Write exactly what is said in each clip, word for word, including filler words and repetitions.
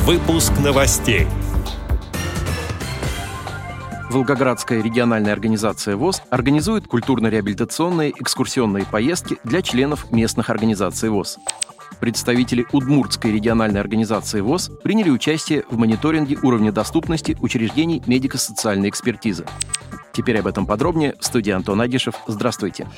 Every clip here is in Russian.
Выпуск новостей. Волгоградская региональная организация ВОС организует культурно-реабилитационные экскурсионные поездки для членов местных организаций ВОС. Представители Удмуртской региональной организации ВОС приняли участие в мониторинге уровня доступности учреждений медико-социальной экспертизы. Теперь об этом подробнее. В студии Антон Агишев. Здравствуйте.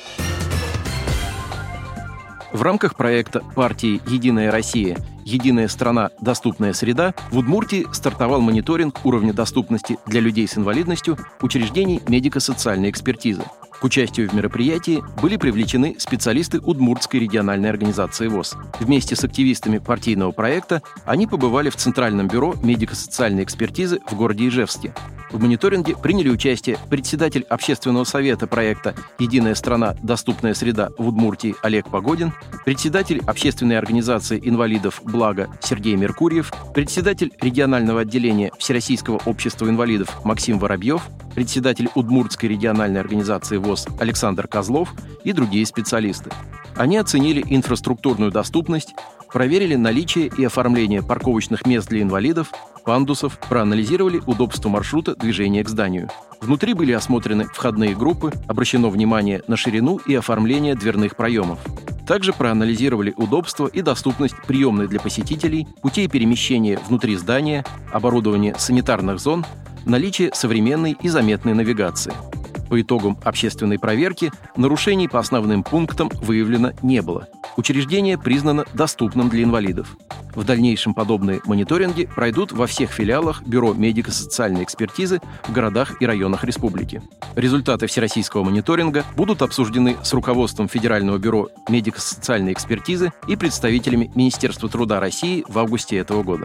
В рамках проекта партии «Единая Россия. Единая страна. Доступная среда» в Удмуртии стартовал мониторинг уровня доступности для людей с инвалидностью учреждений медико-социальной экспертизы. К участию в мероприятии были привлечены специалисты Удмуртской региональной организации ВОС. Вместе с активистами партийного проекта они побывали в Центральном бюро медико-социальной экспертизы в городе Ижевске. В мониторинге приняли участие председатель общественного совета проекта «Единая страна. Доступная среда» в Удмуртии Олег Погодин, председатель общественной организации инвалидов «Благо» Сергей Меркурьев, председатель регионального отделения Всероссийского общества инвалидов Максим Воробьев, председатель Удмуртской региональной организации ВОС Александр Козлов и другие специалисты. Они оценили инфраструктурную доступность, проверили наличие и оформление парковочных мест для инвалидов, пандусов, проанализировали удобство маршрута движения к зданию. Внутри были осмотрены входные группы, обращено внимание на ширину и оформление дверных проемов. Также проанализировали удобство и доступность приемной для посетителей, путей перемещения внутри здания, оборудование санитарных зон, наличие современной и заметной навигации. По итогам общественной проверки нарушений по основным пунктам выявлено не было. Учреждение признано доступным для инвалидов. В дальнейшем подобные мониторинги пройдут во всех филиалах Бюро медико-социальной экспертизы в городах и районах республики. Результаты всероссийского мониторинга будут обсуждены с руководством Федерального бюро медико-социальной экспертизы и представителями Министерства труда России в августе этого года.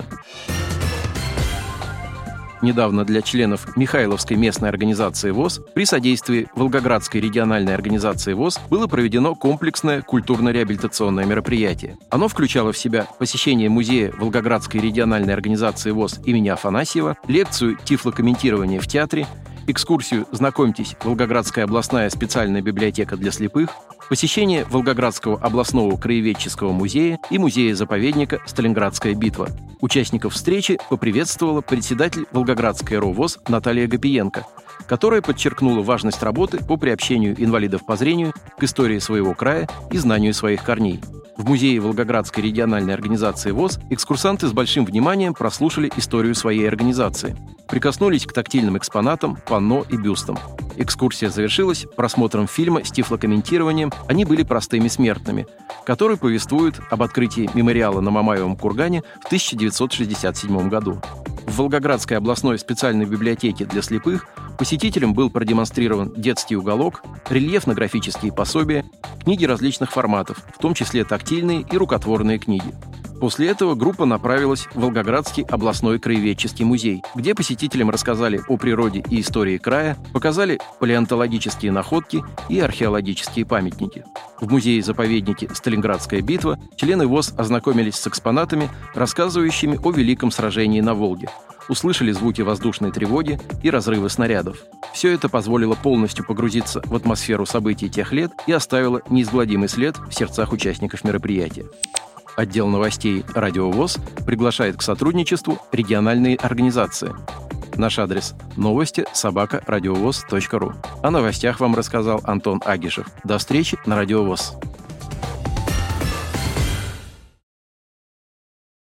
Недавно для членов Михайловской местной организации ВОС при содействии Волгоградской региональной организации ВОС было проведено комплексное культурно-реабилитационное мероприятие. Оно включало в себя посещение музея Волгоградской региональной организации ВОС имени Афанасьева, лекцию тифлокомментирования в театре, экскурсию «Знакомьтесь, Волгоградская областная специальная библиотека для слепых», посещение Волгоградского областного краеведческого музея и музея-заповедника «Сталинградская битва». Участников встречи поприветствовала председатель Волгоградской эр о ВОС Наталья Гапиенко, которая подчеркнула важность работы по приобщению инвалидов по зрению к истории своего края и знанию своих корней. В музее Волгоградской региональной организации ВОС экскурсанты с большим вниманием прослушали историю своей организации, прикоснулись к тактильным экспонатам, панно и бюстам. Экскурсия завершилась просмотром фильма с тифлокомментированием «Они были простыми смертными», который повествует об открытии мемориала на Мамаевом кургане в тысяча девятьсот шестьдесят седьмом году. В Волгоградской областной специальной библиотеке для слепых посетителям был продемонстрирован детский уголок, рельефно-графические пособия, книги различных форматов, в том числе тактильные и рукотворные книги. После этого группа направилась в Волгоградский областной краеведческий музей, где посетителям рассказали о природе и истории края, показали палеонтологические находки и археологические памятники. В музее-заповеднике «Сталинградская битва» члены ВОС ознакомились с экспонатами, рассказывающими о великом сражении на Волге, услышали звуки воздушной тревоги и разрывы снарядов. Все это позволило полностью погрузиться в атмосферу событий тех лет и оставило неизгладимый след в сердцах участников мероприятия. Отдел новостей «Радио ВОС» приглашает к сотрудничеству региональные организации. Наш адрес – новости собака радиовоз точка ру. О новостях вам рассказал Антон Агишев. До встречи на Радио ВОС.